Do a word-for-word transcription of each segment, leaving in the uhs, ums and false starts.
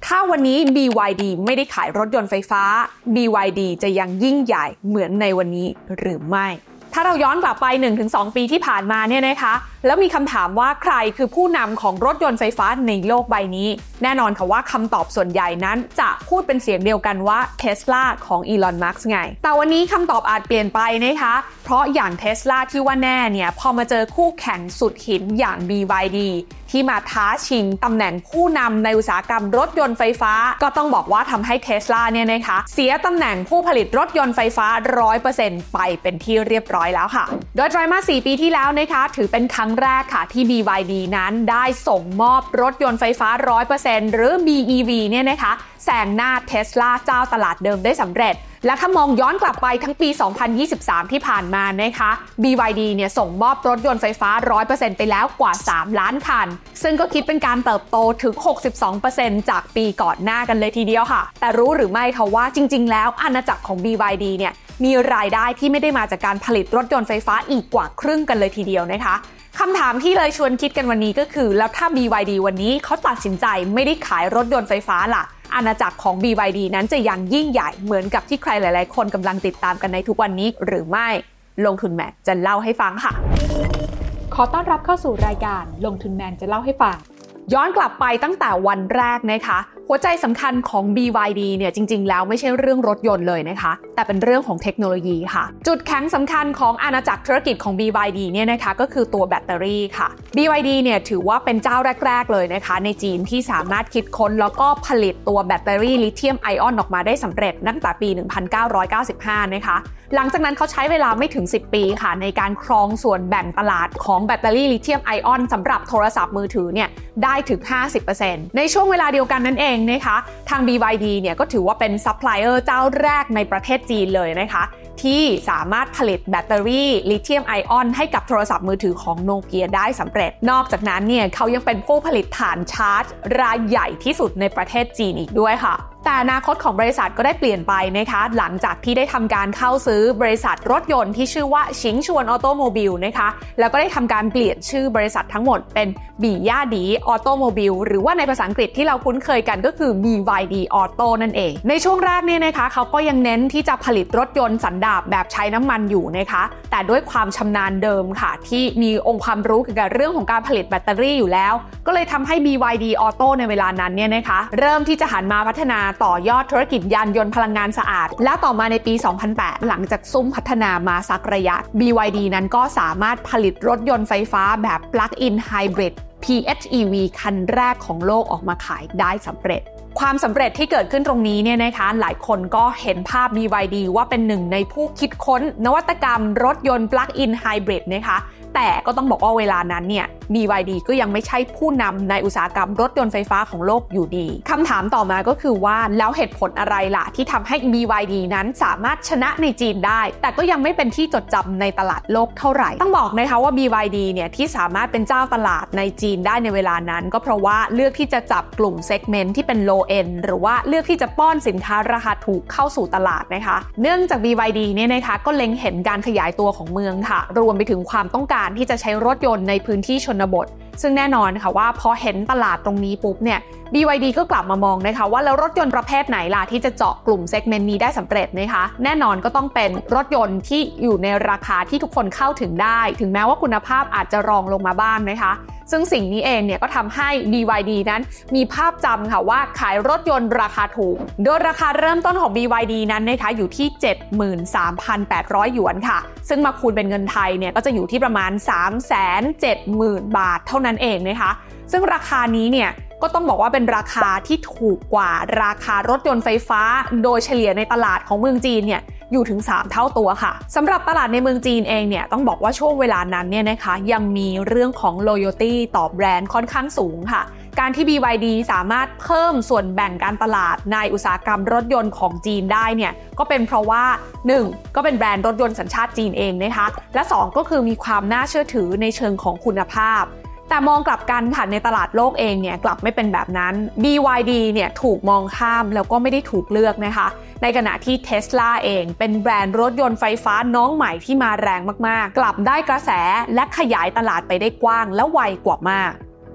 ถ้าวันนี้ บี วาย ดี ไม่ได้ขายรถยนต์ไฟฟ้า บี วาย ดี จะยังยิ่งใหญ่เหมือนในวันนี้หรือไม่ถ้าเราย้อนกลับไป หนึ่งถึงสอง ปีที่ผ่านมาเนี่ยนะคะแล้วมีคำถามว่าใครคือผู้นำของรถยนต์ไฟฟ้าในโลกใบนี้แน่นอนค่ะว่าคำตอบส่วนใหญ่นั้นจะพูดเป็นเสียงเดียวกันว่า Tesla ของ Elon Musk ไงแต่วันนี้คำตอบอาจเปลี่ยนไปนะคะเพราะอย่าง Tesla ที่ว่าแน่เนี่ยพอมาเจอคู่แข่งสุดหินอย่าง บี วาย ดี ที่มาท้าชิงตำแหน่งผู้นำในอุตสาหกรรมรถยนต์ไฟฟ้าก็ต้องบอกว่าทำให้ Tesla เนี่ยนะคะเสียตำแหน่งผู้ผลิตรถยนต์ไฟฟ้า หนึ่งร้อยเปอร์เซ็นต์ ไปเป็นที่เรียบร้อยแล้วค่ะโดยไตรมาสสี่ปีที่แล้วนะคะถือเป็นครั้งแรกค่ะที่ บี วาย ดี นั้นได้ส่งมอบรถยนต์ไฟฟ้า หนึ่งร้อยเปอร์เซ็นต์ หรือ บี อี วี เนี่ยนะคะแซงหน้า Tesla เจ้าตลาดเดิมได้สำเร็จและถ้ามองย้อนกลับไปทั้งปี สองพันยี่สิบสาม ที่ผ่านมานะคะ บี วาย ดี เนี่ยส่งมอบรถยนต์ไฟฟ้า หนึ่งร้อยเปอร์เซ็นต์ ไปแล้วกว่า สาม ล้านคันซึ่งก็คิดเป็นการเติบโตถึง หกสิบสองเปอร์เซ็นต์ จากปีก่อนหน้ากันเลยทีเดียวค่ะแต่รู้หรือไม่คะว่าจริงๆแล้วอาณาจักรของ บี วาย ดี เนี่ยมีรายได้ที่ไม่ได้มาจากการผลิตรถยนต์ไฟฟ้าอีกกว่าครึ่งกันเลยทีเดียวนะคะคำถามที่เลยชวนคิดกันวันนี้ก็คือแล้วถ้า บี วาย ดี วันนี้เขาตัดสินใจไม่ได้ขายรถยนต์ไฟฟ้าล่ะอาณาจักรของ บี วาย ดี นั้นจะยังยิ่งใหญ่เหมือนกับที่ใครหลายๆคนกำลังติดตามกันในทุกวันนี้หรือไม่ลงทุนแมนจะเล่าให้ฟังค่ะขอต้อนรับเข้าสู่รายการลงทุนแมนจะเล่าให้ฟังย้อนกลับไปตั้งแต่วันแรกนะคะหัวใจสำคัญของ บี วาย ดี เนี่ยจริงๆแล้วไม่ใช่เรื่องรถยนต์เลยนะคะแต่เป็นเรื่องของเทคโนโลยีค่ะจุดแข็งสำคัญของอาณาจักรธุรกิจของ บี วาย ดี เนี่ยนะคะก็คือตัวแบตเตอรี่ค่ะ บี วาย ดี เนี่ยถือว่าเป็นเจ้าแรกๆเลยนะคะในจีนที่สามารถคิดค้นแล้วก็ผลิตตัวแบตเตอรี่ลิเธียมไอออนออกมาได้สำเร็จตั้งแต่ปี หนึ่งพันเก้าร้อยเก้าสิบห้า นะคะหลังจากนั้นเขาใช้เวลาไม่ถึงสิบปีค่ะในการครองส่วนแบ่งตลาดของแบตเตอรี่ลิเธียมไอออนสำหรับโทรศัพท์มือถือเนี่ยได้ถึง ห้าสิบเปอร์เซ็นต์ ในช่วงเวลาเดียวกันนั่นเองนะคะทาง บี วาย ดี เนี่ยก็ถือว่าเป็นซัพพลายเออร์เจ้าแรกในประเทศจีนเลยนะคะที่สามารถผลิตแบตเตอรี่ลิเธียมไอออนให้กับโทรศัพท์มือถือของโนเกียได้สำเร็จนอกจากนั้นเนี่ยเขายังเป็นผู้ผลิตฐานชาร์จรายใหญ่ที่สุดในประเทศจีนอีกด้วยค่ะแต่อนาคตของบริษัทก็ได้เปลี่ยนไปนะคะหลังจากที่ได้ทำการเข้าซื้อบริษัทรถยนต์ที่ชื่อว่าชิงชวนออโตโมบิลนะคะแล้วก็ได้ทำการเปลี่ยนชื่อบริษัททั้งหมดเป็นบีย่าดีออโตโมบิลหรือว่าในภาษาอังกฤษที่เราคุ้นเคยกันก็คือ บี วาย ดี Auto นั่นเองในช่วงแรกเนี่ยนะคะเขาก็ยังเน้นที่จะผลิตรถยนต์สันดาปแบบใช้น้ำมันอยู่นะคะแต่ด้วยความชำนาญเดิมค่ะที่มีองค์ความรู้เกี่ยวกับเรื่องของการผลิตแบตเตอรี่อยู่แล้วก็เลยทำให้ บี วาย ดี Auto ในเวลานั้นเนี่ยนะคะเริ่มที่จะหันมาพัฒนาต่อยอดธุรกิจยานยนต์พลังงานสะอาดและต่อมาในปี สองพันแปด หลังจากซุ่มพัฒนามาสักระยะ บี วาย ดี นั้นก็สามารถผลิตรถยนต์ไฟฟ้าแบบ Plug-in Hybrid พี เอช อี วี คันแรกของโลกออกมาขายได้สำเร็จความสำเร็จที่เกิดขึ้นตรงนี้เนี่ยนะคะหลายคนก็เห็นภาพ บี วาย ดี ว่าเป็นหนึ่งในผู้คิดค้นนวัตกรรมรถยนต์ Plug-in Hybrid นะคะแต่ก็ต้องบอกว่าเวลานั้นเนี่ย บี วาย ดี ก็ยังไม่ใช่ผู้นำในอุตสาหกรรมรถยนต์ไฟฟ้าของโลกอยู่ดีคำถามต่อมาก็คือว่าแล้วเหตุผลอะไรล่ะที่ทำให้ บี วาย ดี นั้นสามารถชนะในจีนได้แต่ก็ยังไม่เป็นที่จดจำในตลาดโลกเท่าไหร่ต้องบอกนะคะว่า บี วาย ดี เนี่ยที่สามารถเป็นเจ้าตลาดในจีนได้ในเวลานั้นก็เพราะว่าเลือกที่จะจับกลุ่มเซกเมนต์ที่เป็น low end หรือว่าเลือกที่จะป้อนสินค้าราคาถูกเข้าสู่ตลาดนะคะเนื่องจาก บี วาย ดี เนี่ยนะคะก็เล็งเห็นการขยายตัวของเมืองค่ะรวมไปถึงความต้องการที่จะใช้รถยนต์ในพื้นที่ชนบทซึ่งแน่นอนค่ะว่าพอเห็นตลาดตรงนี้ปุ๊บเนี่ย บี วาย ดี ก็กลับมามองนะคะว่าแล้วรถยนต์ประเภทไหนล่ะที่จะเจาะกลุ่มเซกเมนต์นี้ได้สำเร็จนะคะแน่นอนก็ต้องเป็นรถยนต์ที่อยู่ในราคาที่ทุกคนเข้าถึงได้ถึงแม้ว่าคุณภาพอาจจะรองลงมาบ้างนะคะซึ่งสิ่งนี้เองเนี่ยก็ทำให้ บี วาย ดี นั้นมีภาพจำค่ะว่าขายรถยนต์ราคาถูกโดยราคาเริ่มต้นของ บี วาย ดี นั้นนะคะอยู่ที่ เจ็ดหมื่นสามพันแปดร้อย หยวนค่ะซึ่งมาคูณเป็นเงินไทยเนี่ยก็จะอยู่ที่ประมาณ สามแสนเจ็ดหมื่น บาทเท่านั้นเองนะคะซึ่งราคานี้เนี่ยก็ต้องบอกว่าเป็นราคาที่ถูกกว่าราคารถยนต์ไฟฟ้าโดยเฉลี่ยในตลาดของเมืองจีนเนี่ยอยู่ถึงสามเท่าตัวค่ะสำหรับตลาดในเมืองจีนเองเนี่ยต้องบอกว่าช่วงเวลานั้นเนี่ยนะคะยังมีเรื่องของ loyalty ต่อแบรนด์ค่อนข้างสูงค่ะการที่ บี วาย ดี สามารถเพิ่มส่วนแบ่งการตลาดในอุตสาหกรรมรถยนต์ของจีนได้เนี่ยก็เป็นเพราะว่าหนึ่งก็เป็นแบรนด์รถยนต์สัญชาติจีนเองนะคะและสองก็คือมีความน่าเชื่อถือในเชิงของคุณภาพแต่มองกลับกันค่ะในตลาดโลกเองเนี่ยกลับไม่เป็นแบบนั้น บี วาย ดี เนี่ยถูกมองข้ามแล้วก็ไม่ได้ถูกเลือกนะคะในขณะที่ Tesla เองเป็นแบรนด์รถยนต์ไฟฟ้าน้องใหม่ที่มาแรงมากๆกลับได้กระแสและขยายตลาดไปได้กว้างและไวกว่ามาก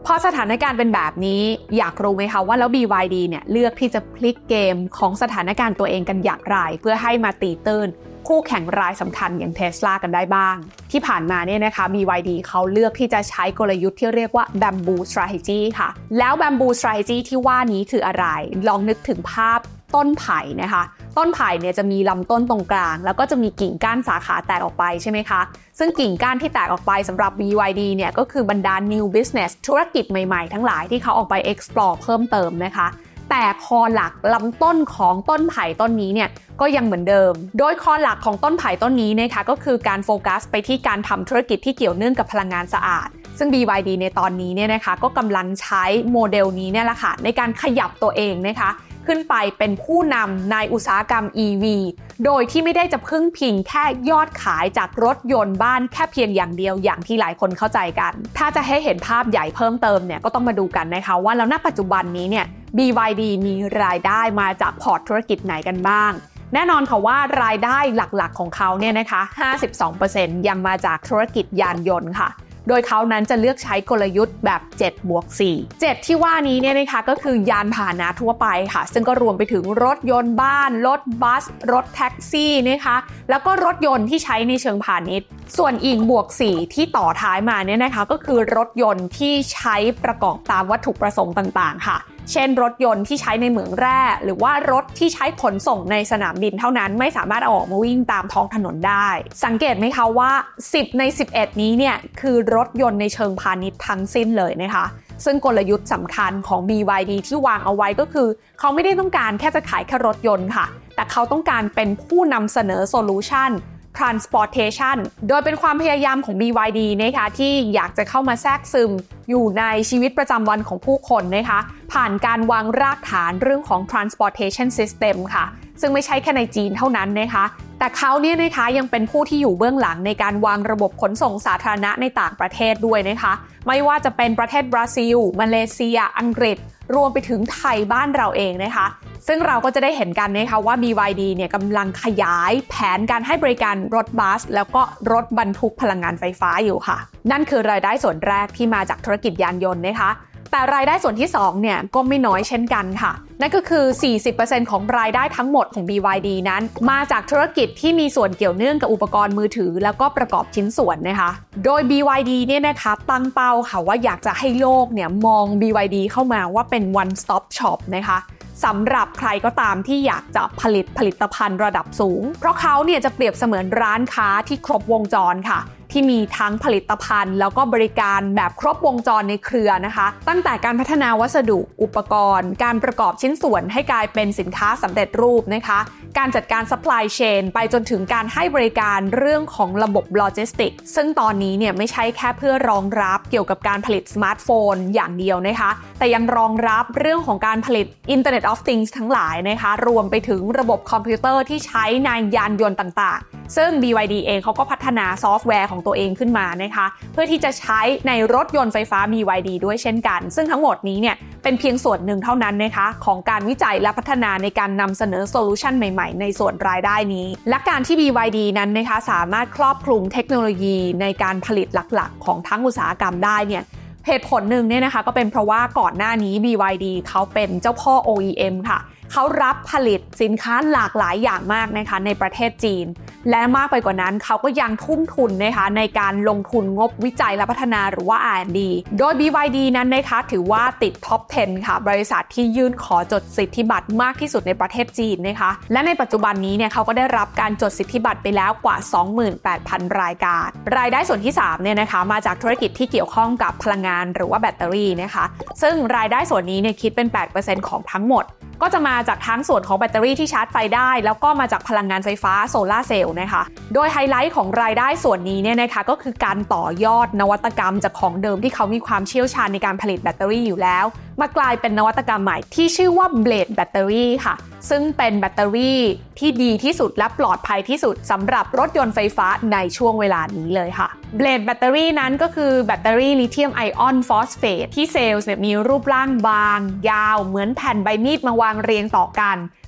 พอสถานการณ์เป็นแบบนี้อยากรู้ไหมคะว่าแล้ว บี วาย ดี เนี่ยเลือกที่จะพลิกเกมของสถานการณ์ตัวเองกันอย่างไรเพื่อให้มาตีตื้นคู่แข่งรายสำคัญอย่าง Tesla กันได้บ้างที่ผ่านมาเนี่ยนะคะ บี วาย ดี เขาเลือกที่จะใช้กลยุทธ์ที่เรียกว่า Bamboo Strategy ค่ะแล้ว Bamboo Strategy ที่ว่านี้คืออะไรลองนึกถึงภาพต้นไผ่นะคะต้นไผ่เนี่ยจะมีลำต้นตรงกลางแล้วก็จะมีกิ่งก้านสาขาแตกออกไปใช่ไหมคะซึ่งกิ่งก้านที่แตกออกไปสำหรับ บี วาย ดี เนี่ยก็คือบรรดา new business ธุรกิจใหม่ๆทั้งหลายที่เขาออกไป explore เพิ่มเติมนะคะแต่คอหลักลำต้นของต้นไผ่ต้นนี้เนี่ยก็ยังเหมือนเดิมโดยคอหลักของต้นไผ่ต้นนี้นะคะก็คือการโฟกัสไปที่การทำธุรกิจที่เกี่ยวเนื่องกับพลังงานสะอาดซึ่ง บี วาย ดี ในตอนนี้เนี่ยนะคะก็กำลังใช้โมเดลนี้เนี่ยแหละค่ะในการขยับตัวเองนะคะขึ้นไปเป็นผู้นำในอุตสาหกรรม อี วี โดยที่ไม่ได้จะพึ่งพิงแค่ยอดขายจากรถยนต์บ้านแค่เพียงอย่างเดียวอย่างที่หลายคนเข้าใจกันถ้าจะให้เห็นภาพใหญ่เพิ่มเติมเนี่ยก็ต้องมาดูกันนะคะว่าแล้วณปัจจุบันนี้เนี่ย บี วาย ดี มีรายได้มาจากพอร์ตธุรกิจไหนกันบ้างแน่นอนค่ะว่ารายได้หลักๆของเขาเนี่ยนะคะ ห้าสิบสองเปอร์เซ็นต์ ยังมาจากธุรกิจยานยนต์ค่ะโดยเขานั้นจะเลือกใช้กลยุทธ์แบบ เจ็ดบวกสี่ เจ็ด ที่ว่านี้เนี่ยนะคะก็คือยานพาหนะทั่วไปค่ะซึ่งก็รวมไปถึงรถยนต์บ้านรถบัสรถแท็กซี่นะคะแล้วก็รถยนต์ที่ใช้ในเชิงพาณิชย์ส่วนอีกบวกสี่ที่ต่อท้ายมาเนี่ยนะคะก็คือรถยนต์ที่ใช้ประกอบตามวัตถุประสงค์ต่างๆค่ะเช่นรถยนต์ที่ใช้ในเหมืองแร่หรือว่ารถที่ใช้ขนส่งในสนามบินเท่านั้นไม่สามารถเอาออกมาวิ่งตามท้องถนนได้สังเกตไหมคะว่าสิบในสิบเอ็ดนี้เนี่ยคือรถยนต์ในเชิงพาณิชย์ทั้งสิ้นเลยนะคะซึ่งกลยุทธ์สำคัญของ บี วาย ดี ที่วางเอาไว้ก็คือเขาไม่ได้ต้องการแค่จะขายแค่รถยนต์ค่ะแต่เขาต้องการเป็นผู้นำเสนอโซลูชันtransportation โดยเป็นความพยายามของ บี วาย ดี นะคะที่อยากจะเข้ามาแทรกซึมอยู่ในชีวิตประจำวันของผู้คนนะคะผ่านการวางรากฐานเรื่องของ transportation system ค่ะซึ่งไม่ใช่แค่ในจีนเท่านั้นนะคะแต่เขาเนี่ยนะคะยังเป็นผู้ที่อยู่เบื้องหลังในการวางระบบขนส่งสาธารณะในต่างประเทศด้วยนะคะไม่ว่าจะเป็นประเทศบราซิลมาเลเซียอังกฤษรวมไปถึงไทยบ้านเราเองนะคะซึ่งเราก็จะได้เห็นกันนะคะว่า บี วาย ดี เนี่ยกำลังขยายแผนการให้บริการรถบัสแล้วก็รถบรรทุกพลังงานไฟฟ้าอยู่ค่ะนั่นคือรายได้ส่วนแรกที่มาจากธุรกิจยานยนต์นะคะแต่รายได้ส่วนที่สองเนี่ยก็ไม่น้อยเช่นกันค่ะนั่นก็คือ สี่สิบเปอร์เซ็นต์ ของรายได้ทั้งหมดของ บี วาย ดี นั้นมาจากธุรกิจที่มีส่วนเกี่ยวเนื่องกับอุปกรณ์มือถือแล้วก็ประกอบชิ้นส่วนนะคะโดย บี วาย ดี เนี่ยนะคะตั้งเป้าค่ะว่าอยากจะให้โลกเนี่ยมอง บี วาย ดี เข้ามาว่าเป็น one stop shop นะคะสำหรับใครก็ตามที่อยากจะผลิตผลิตภัณฑ์ระดับสูงเพราะเขาเนี่ยจะเปรียบเสมือนร้านค้าที่ครบวงจรค่ะที่มีทั้งผลิตภัณฑ์แล้วก็บริการแบบครบวงจรในเครือนะคะตั้งแต่การพัฒนาวัสดุอุปกรณ์การประกอบชิ้นส่วนให้กลายเป็นสินค้าสำเร็จรูปนะคะการจัดการ supply chain ไปจนถึงการให้บริการเรื่องของระบบโลจิสติกซึ่งตอนนี้เนี่ยไม่ใช่แค่เพื่อรองรับเกี่ยวกับการผลิตสมาร์ทโฟนอย่างเดียวนะคะแต่ยังรองรับเรื่องของการผลิต Internet of Things ทั้งหลายนะคะรวมไปถึงระบบคอมพิวเตอร์ที่ใช้ในยานยนต์ต่างๆซึ่ง บี วาย ดี เองเขาก็พัฒนาซอฟต์แวร์ของตัวเองขึ้นมานะคะเพื่อที่จะใช้ในรถยนต์ไฟฟ้า บี วาย ดี ด้วยเช่นกันซึ่งทั้งหมดนี้เนี่ยเป็นเพียงส่วนหนึ่งเท่านั้นนะคะของการวิจัยและพัฒนาในการนำเสนอโซลูชันใหม่ๆในส่วนรายได้นี้และการที่ บี วาย ดี นั้นนะคะสามารถครอบคลุมเทคโนโลยีในการผลิตหลักๆของทั้งอุตสาหกรรมได้เนี่ยเหตุผลหนึ่งเนี่ยนะคะก็เป็นเพราะว่าก่อนหน้านี้ บี วาย ดี เขาเป็นเจ้าพ่อ โอ อี เอ็ม ค่ะเขารับผลิตสินค้าหลากหลายอย่างมากนะคะในประเทศจีนและมากไปกว่านั้นเขาก็ยังทุ่มทุนนะคะในการลงทุนงบวิจัยและพัฒนาหรือว่า อาร์ แอนด์ ดี โดย บี วาย ดี นั้นนะคะถือว่าติดท็อปสิบค่ะบริษัทที่ยื่นขอจดสิทธิบัตรมากที่สุดในประเทศจีนนะคะและในปัจจุบันนี้เนี่ยเขาก็ได้รับการจดสิทธิบัตรไปแล้วกว่า สองหมื่นแปดพัน รายการรายได้ส่วนที่สามเนี่ยนะคะมาจากธุรกิจที่เกี่ยวข้องกับพลังงานหรือว่าแบตเตอรี่นะคะซึ่งรายได้ส่วนนี้เนี่ยคิดเป็น แปดเปอร์เซ็นต์ ของทั้งหมดก็จะมาจากทั้งส่วนของแบตเตอรี่ที่ชาร์จไฟได้แล้วก็มาจากพลังงานไฟฟ้าโซลาร์เซลล์นะคะโดยไฮไลท์ของรายได้ส่วนนี้เนี่ยนะคะก็คือการต่อยอดนวัตกรรมจากของเดิมที่เขามีความเชี่ยวชาญในการผลิตแบตเตอรี่อยู่แล้วมากลายเป็นนวัตกรรมใหม่ที่ชื่อว่า Blade Battery ค่ะซึ่งเป็นแบตเตอรี่ที่ดีที่สุดและปลอดภัยที่สุดสำหรับรถยนต์ไฟฟ้าในช่วงเวลานี้เลยค่ะ Blade Battery นั้นก็คือแบตเตอรี่ลิเธียมไอออนฟอสเฟตที่เซลล์เนี่ยมีรูปร่างบางยาวเหมือนแผ่นใบมีดมาวางเรียงต่อกัน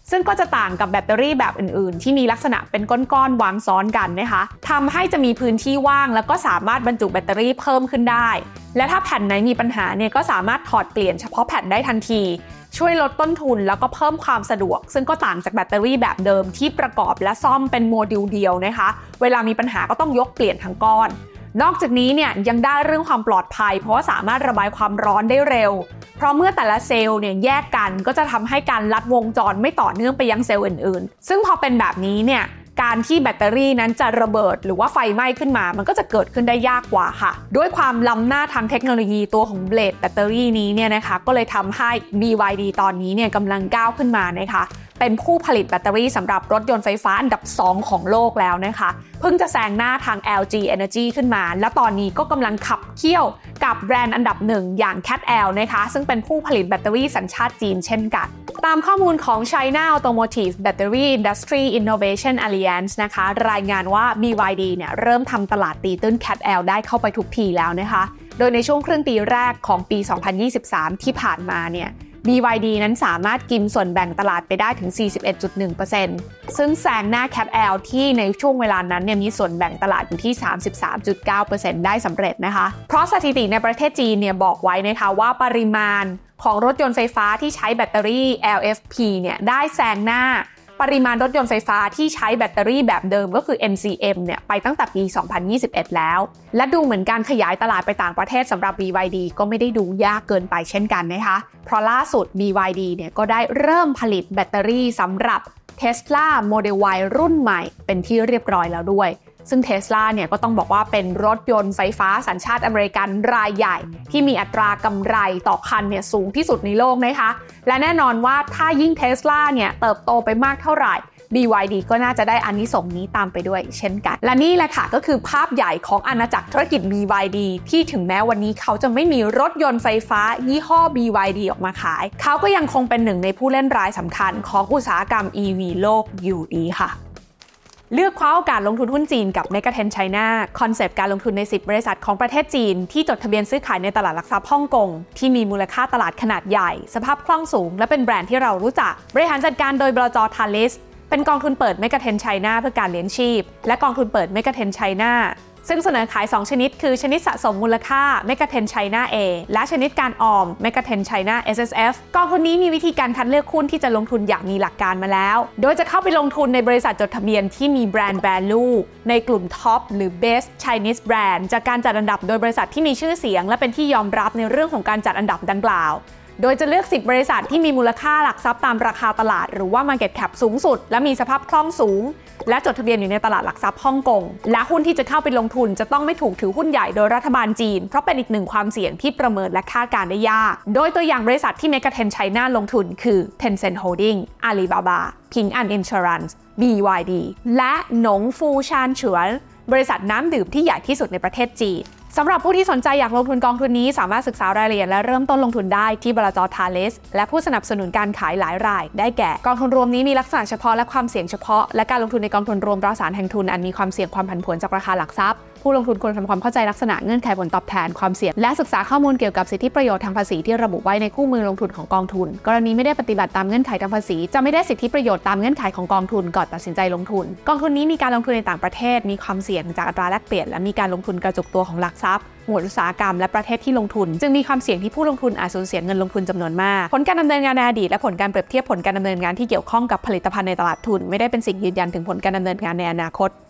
ซึ่งก็จะต่างกับแบตเตอรี่แบบอื่นๆที่มีลักษณะเป็นก้อนๆวางซ้อนกันนะคะทำให้จะมีพื้นที่ว่างแล้วก็สามารถบรรจุแบตเตอรี่เพิ่มขึ้นได้และถ้าแผ่นไหนมีปัญหาเนี่ยก็สามารถถอดเปลี่ยนเฉพาะแผ่นได้ทันทีช่วยลดต้นทุนแล้วก็เพิ่มความสะดวกซึ่งก็ต่างจากแบตเตอรี่แบบเดิมที่ประกอบและซ่อมเป็นโมดูลเดียวนะคะเวลามีปัญหาก็ต้องยกเปลี่ยนทั้งก้อนนอกจากนี้เนี่ยยังได้เรื่องความปลอดภัยเพราะว่าสามารถระบายความร้อนได้เร็วเพราะเมื่อแต่ละเซลล์เนี่ยแยกกันก็จะทำให้การลัดวงจรไม่ต่อเนื่องไปยังเซลล์อื่นๆซึ่งพอเป็นแบบนี้เนี่ยการที่แบตเตอรี่นั้นจะระเบิดหรือว่าไฟไหม้ขึ้นมามันก็จะเกิดขึ้นได้ยากกว่าค่ะด้วยความล้ำหน้าทางเทคโนโลยีตัวของเบลดแบตเตอรี่นี้เนี่ยนะคะก็เลยทำให้ บี วาย ดี ตอนนี้เนี่ยกำลังก้าวขึ้นมานะคะเป็นผู้ผลิตแบตเตอรี่สำหรับรถยนต์ไฟฟ้าอันดับสองของโลกแล้วนะคะเพิ่งจะแซงหน้าทาง แอล จี Energy ขึ้นมาและตอนนี้ก็กำลังขับเคี่ยวกับแบรนด์อันดับหนึ่งอย่าง ซี เอ ที แอล นะคะซึ่งเป็นผู้ผลิตแบตเตอรี่สัญชาติจีนเช่นกันตามข้อมูลของ China Automotive Battery Industry Innovation Alliance นะคะรายงานว่า บี วาย ดี เนี่ยเริ่มทำตลาดตีตื้น ซี เอ ที แอล ได้เข้าไปทุกทีแล้วนะคะโดยในช่วงครึ่งปีแรกของปี สองพันยี่สิบสาม ที่ผ่านมาเนี่ยบี วาย ดี นั้นสามารถกินส่วนแบ่งตลาดไปได้ถึง สี่สิบเอ็ดจุดหนึ่งเปอร์เซ็นต์ ซึ่งแซงหน้า ซี เอ ที แอล ที่ในช่วงเวลานั้นเนี่ยมีส่วนแบ่งตลาดอยู่ที่ สามสิบสามจุดเก้าเปอร์เซ็นต์ ได้สำเร็จนะคะเพราะสถิติในประเทศจีนเนี่ยบอกไว้นะคะว่าปริมาณของรถยนต์ไฟฟ้าที่ใช้แบตเตอรี่ แอล เอฟ พี เนี่ยได้แซงหน้าปริมาณรถยนต์ไฟฟ้าที่ใช้แบตเตอรี่แบบเดิมก็คือ เอ็น ซี เอ็ม เนี่ยไปตั้งแต่ปี สองพันยี่สิบเอ็ด แล้วและดูเหมือนการขยายตลาดไปต่างประเทศสำหรับ บี วาย ดี ก็ไม่ได้ดูยากเกินไปเช่นกันนะคะเพราะล่าสุด บี วาย ดี เนี่ยก็ได้เริ่มผลิตแบตเตอรี่สำหรับ Tesla Model Y รุ่นใหม่เป็นที่เรียบร้อยแล้วด้วยซึ่ง Tesla เนี่ยก็ต้องบอกว่าเป็นรถยนต์ไฟฟ้าสัญชาติอเมริกันรายใหญ่ที่มีอัตรากำไรต่อคันเนี่ยสูงที่สุดในโลกนะคะและแน่นอนว่าถ้ายิ่ง Tesla เนี่ยเติบโตไปมากเท่าไหร่ บี วาย ดี ก็น่าจะได้อานิสงส์นี้ตามไปด้วยเช่นกันและนี่แหละค่ะก็คือภาพใหญ่ของอาณาจักรธุรกิจ บี วาย ดี ที่ถึงแม้วันนี้เขาจะไม่มีรถยนต์ไฟฟ้ายี่ห้อ บี วาย ดี ออกมาขายเขาก็ยังคงเป็นหนึ่งในผู้เล่นรายสำคัญของอุตสาหกรรม อี วี โลกอยู่ดีค่ะเลือกคว้าโอกาสลงทุนหุ้นจีนกับ Megatrend China คอนเซปต์การลงทุนในสิบบริษัทของประเทศจีนที่จดทะเบียนซื้อขายในตลาดหลักทรัพย์ฮ่องกงที่มีมูลค่าตลาดขนาดใหญ่สภาพคล่องสูงและเป็นแบรนด์ที่เรารู้จักบริหารจัดการโดยบลจ. Thalesเป็นกองทุนเปิด Megatrend China เพื่อการเลี้ยงชีพและกองทุนเปิด Megatrend China ซึ่งเสนอขายสองชนิดคือชนิดสะสมมูลค่า Megatrend China A และชนิดการออม Megatrend China เอส เอส เอฟ กองทุนนี้มีวิธีการคัดเลือกหุ้นที่จะลงทุนอย่างมีหลักการมาแล้วโดยจะเข้าไปลงทุนในบริษัทจดทะเบียนที่มีแบรนด์ value ในกลุ่ม Top หรือ Best Chinese Brand จากการจัดอันดับโดยบริษัทที่มีชื่อเสียงและเป็นที่ยอมรับในเรื่องของการจัดอันดับดังกล่าวโดยจะเลือกสิบบริษัทที่มีมูลค่าหลักทรัพย์ตามราคาตลาดหรือว่า Market Cap สูงสุดและมีสภาพคล่องสูงและจดทะเบียนอยู่ในตลาดหลักทรัพย์ฮ่องกงและหุ้นที่จะเข้าไปลงทุนจะต้องไม่ถูกถือหุ้นใหญ่โดยรัฐบาลจีนเพราะเป็นอีกหนึ่งความเสี่ยงที่ประเมินและคาดการณ์ได้ยากโดยตัวอย่างบริษัทที่ Megatrend China ลงทุนคือ Tencent Holding Alibaba Ping An Insurance บี วาย ดี และหนงฟูชานฉวนบริษัทน้ำดื่มที่ใหญ่ที่สุดในประเทศจีนสำหรับผู้ที่สนใจอยากลงทุนกองทุนนี้สามารถศึกษารายละเอียดและเริ่มต้นลงทุนได้ที่บลจ. Thales และผู้สนับสนุนการขายหลายรายได้แก่กองทุนรวมนี้มีลักษณะเฉพาะและความเสี่ยงเฉพาะและการลงทุนในกองทุนรวมตราสารแห่งทุนอันมีความเสี่ยงความผันผวนจากราคาหลักทรัพย์ผู้ลงทุนควรทำความเข้าใจลักษณะเงื่อนไขผลตอบแทนความเสี่ยงและศึกษาข้อมูลเกี่ยวกับสิทธิประโยชน์ทางภาษีที่ระบุไว้ในคู่มือลงทุนของกองทุนกรณีไม่ได้ปฏิบัติตามเงื่อนไขทางภาษีจะไม่ได้สิทธิประโยชน์ตามเงื่อนไขของกองทุนก่อนตัดสินใจลงทุนกองทุนนี้มีการลงทุนในต่างประเทศมีความเสี่ยงจากอัตราแลกเปลี่ยนและมีการลงทุนกระจุกตัวของหลักทรัพย์หมวดอุตสาหกรรมและประเทศที่ลงทุนจึงมีความเสี่ยงที่ผู้ลงทุนอาจสูญเสียเงินลงทุนจำนวนมากผลการดำเนินงานในอดีตและผลการเปรียบเทียบผลการดำเนินงานที่เกี่ยวข้องกับผลิตภัณฑ์ในตลาดทุนไม่ได้เป็นสิ่งยืนยันถึงผลการดำเนินงานในอนาคต